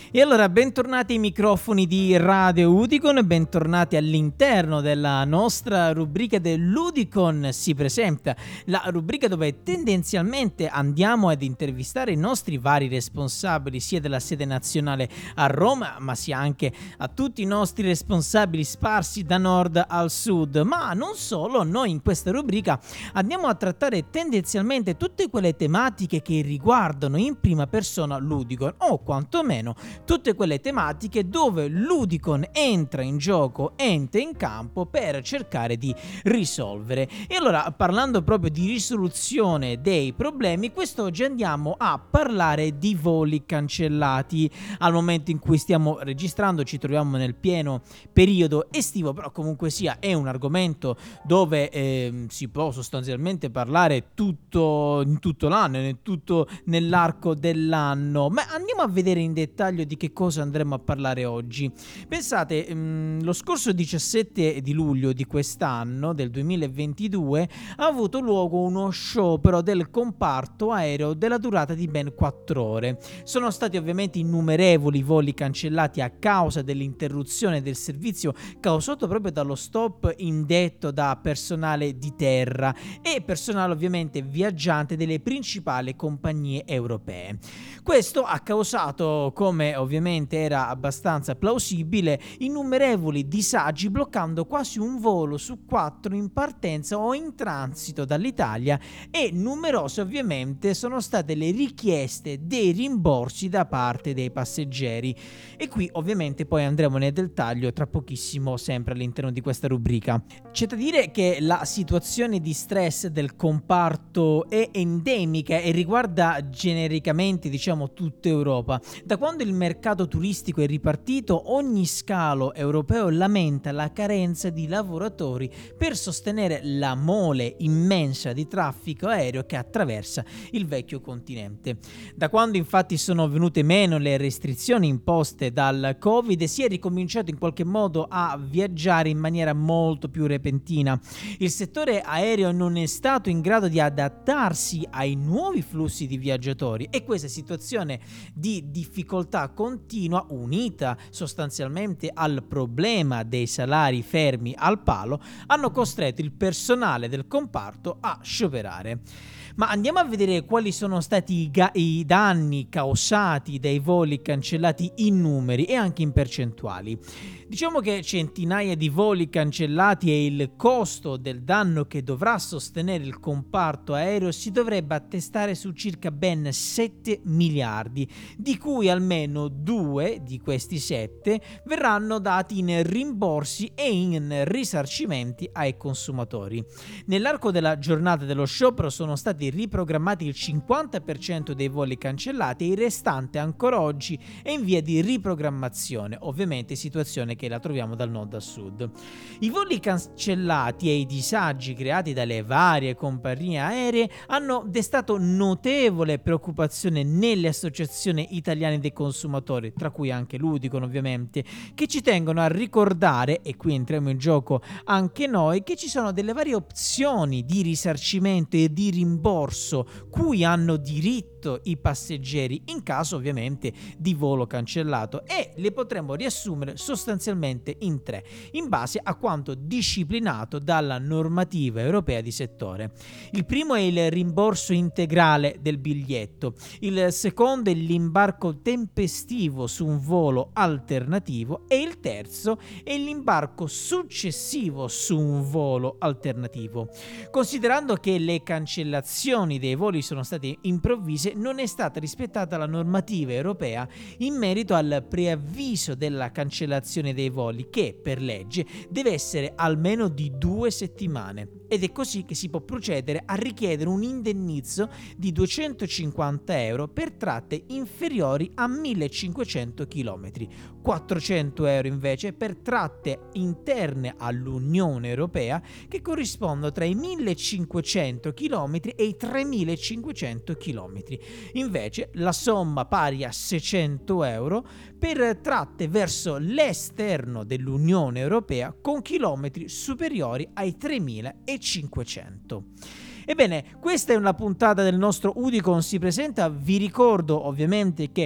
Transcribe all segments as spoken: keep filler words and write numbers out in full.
E allora, bentornati ai microfoni di Radio Udicon e bentornati all'interno della nostra rubrica dell'Udicon si presenta, la rubrica dove tendenzialmente andiamo ad intervistare i nostri vari responsabili sia della sede nazionale a Roma, ma sia anche a tutti i nostri responsabili sparsi da nord al sud. Ma non solo, noi in questa rubrica andiamo a trattare tendenzialmente tutte quelle tematiche che riguardano in prima persona l'Udicon, o quantomeno tutte quelle tematiche dove l'Udicon entra in gioco, entra in campo per cercare di risolvere. E allora, parlando proprio di risoluzione dei problemi, quest'oggi andiamo a parlare di voli cancellati. Al momento in cui stiamo registrando ci troviamo nel pieno periodo estivo, però comunque sia è un argomento dove eh, si può sostanzialmente parlare tutto in tutto l'anno, in tutto nell'arco dell'anno. Ma andiamo a vedere in dettaglio di che cosa andremo a parlare oggi. Pensate, mh, lo scorso diciassette di luglio di quest'anno, del duemilaventidue, ha avuto luogo uno sciopero del comparto aereo della durata di ben quattro ore. Sono stati ovviamente innumerevoli voli cancellati a causa dell'interruzione del servizio causato proprio dallo stop indetto da personale di terra e personale ovviamente viaggiante delle principali compagnie europee. Questo ha causato, come ovviamente era abbastanza plausibile, innumerevoli disagi, bloccando quasi un volo su quattro in partenza o in transito dall'Italia, e numerose ovviamente sono state le richieste dei rimborsi da parte dei passeggeri. E qui ovviamente poi andremo nel dettaglio tra pochissimo, sempre all'interno di questa rubrica. C'è da dire che la situazione di stress del comparto è endemica e riguarda genericamente, diciamo, tutta Europa. Da quando il mercato turistico è ripartito, ogni scalo europeo lamenta la carenza di lavoratori per sostenere la mole immensa di traffico aereo che attraversa il vecchio continente. Da quando infatti sono venute meno le restrizioni imposte dal Covid, si è ricominciato in qualche modo a viaggiare in maniera molto più repentina. Il settore aereo non è stato in grado di adattarsi ai nuovi flussi di viaggiatori, e questa situazione di difficoltà continua, unita sostanzialmente al problema dei salari fermi al palo, hanno costretto il personale del comparto a scioperare. Ma andiamo a vedere quali sono stati i, ga- i danni causati dai voli cancellati in numeri e anche in percentuali. Diciamo che centinaia di voli cancellati e il costo del danno che dovrà sostenere il comparto aereo si dovrebbe attestare su circa ben sette miliardi, di cui almeno due di questi sette verranno dati in rimborsi e in risarcimenti ai consumatori. Nell'arco della giornata dello sciopero sono stati riprogrammati il cinquanta per cento dei voli cancellati e il restante ancora oggi è in via di riprogrammazione, ovviamente situazione che la troviamo dal nord a sud. I voli cancellati e i disagi creati dalle varie compagnie aeree hanno destato notevole preoccupazione nelle associazioni italiane dei consumatori, tra cui anche l'Udicon ovviamente, che ci tengono a ricordare, e qui entriamo in gioco anche noi, che ci sono delle varie opzioni di risarcimento e di rimborso cui hanno diritto i passeggeri in caso ovviamente di volo cancellato, e le potremmo riassumere sostanzialmente in tre, in base a quanto disciplinato dalla normativa europea di settore. Il primo è il rimborso integrale del biglietto, il secondo è l'imbarco tempestivo su un volo alternativo e il terzo è l'imbarco successivo su un volo alternativo. Considerando che le cancellazioni dei voli sono state improvvise, non è stata rispettata la normativa europea in merito al preavviso della cancellazione dei voli, che per legge deve essere almeno di due settimane, ed è così che si può procedere a richiedere un indennizzo di duecentocinquanta euro per tratte inferiori a millecinquecento chilometri, quattrocento euro invece per tratte interne all'Unione Europea, che corrispondono tra i millecinquecento chilometri e i tremilacinquecento chilometri. Invece la somma pari a seicento euro per tratte verso l'esterno dell'Unione Europea con chilometri superiori ai tremilacinquecento. Ebbene, questa è una puntata del nostro Udicon si presenta. Vi ricordo ovviamente che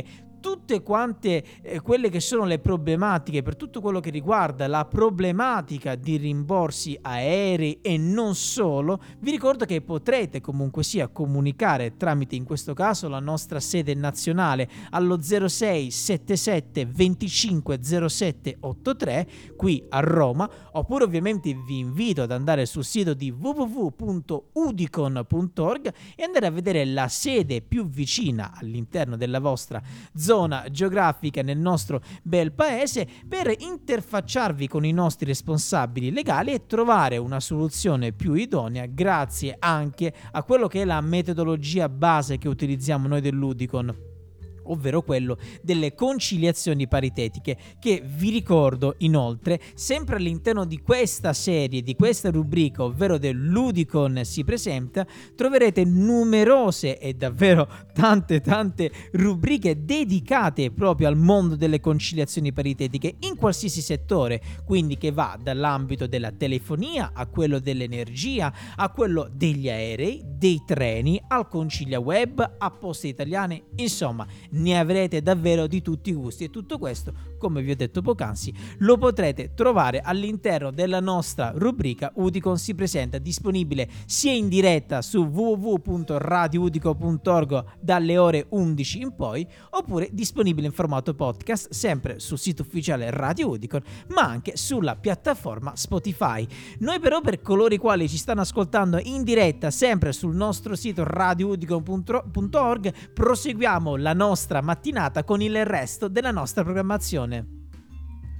tutte quante eh, quelle che sono le problematiche, per tutto quello che riguarda la problematica di rimborsi aerei e non solo, vi ricordo che potrete comunque sia comunicare tramite in questo caso la nostra sede nazionale allo zero sei settantasette venticinque zero sette ottantatré qui a Roma, oppure ovviamente vi invito ad andare sul sito di w w w punto udicon punto org e andare a vedere la sede più vicina all'interno della vostra zona geografica nel nostro bel paese per interfacciarvi con i nostri responsabili legali e trovare una soluzione più idonea grazie anche a quello che è la metodologia base che utilizziamo noi dell'Udicon, ovvero quello delle conciliazioni paritetiche, che vi ricordo inoltre sempre all'interno di questa serie, di questa rubrica, ovvero dell'Udicon si presenta, troverete numerose e davvero tante tante rubriche dedicate proprio al mondo delle conciliazioni paritetiche in qualsiasi settore, quindi che va dall'ambito della telefonia a quello dell'energia, a quello degli aerei, dei treni, al concilia web, a Poste Italiane, insomma ne avrete davvero di tutti i gusti, e tutto questo, come vi ho detto poc'anzi, lo potrete trovare all'interno della nostra rubrica Udicon si presenta, disponibile sia in diretta su w w w punto radio udicon punto org dalle ore undici in poi, oppure disponibile in formato podcast sempre sul sito ufficiale Radio Udicon, ma anche sulla piattaforma Spotify. Noi però, per coloro i quali ci stanno ascoltando in diretta sempre sul nostro sito radio udicon punto org, proseguiamo la nostra mattinata con il resto della nostra programmazione.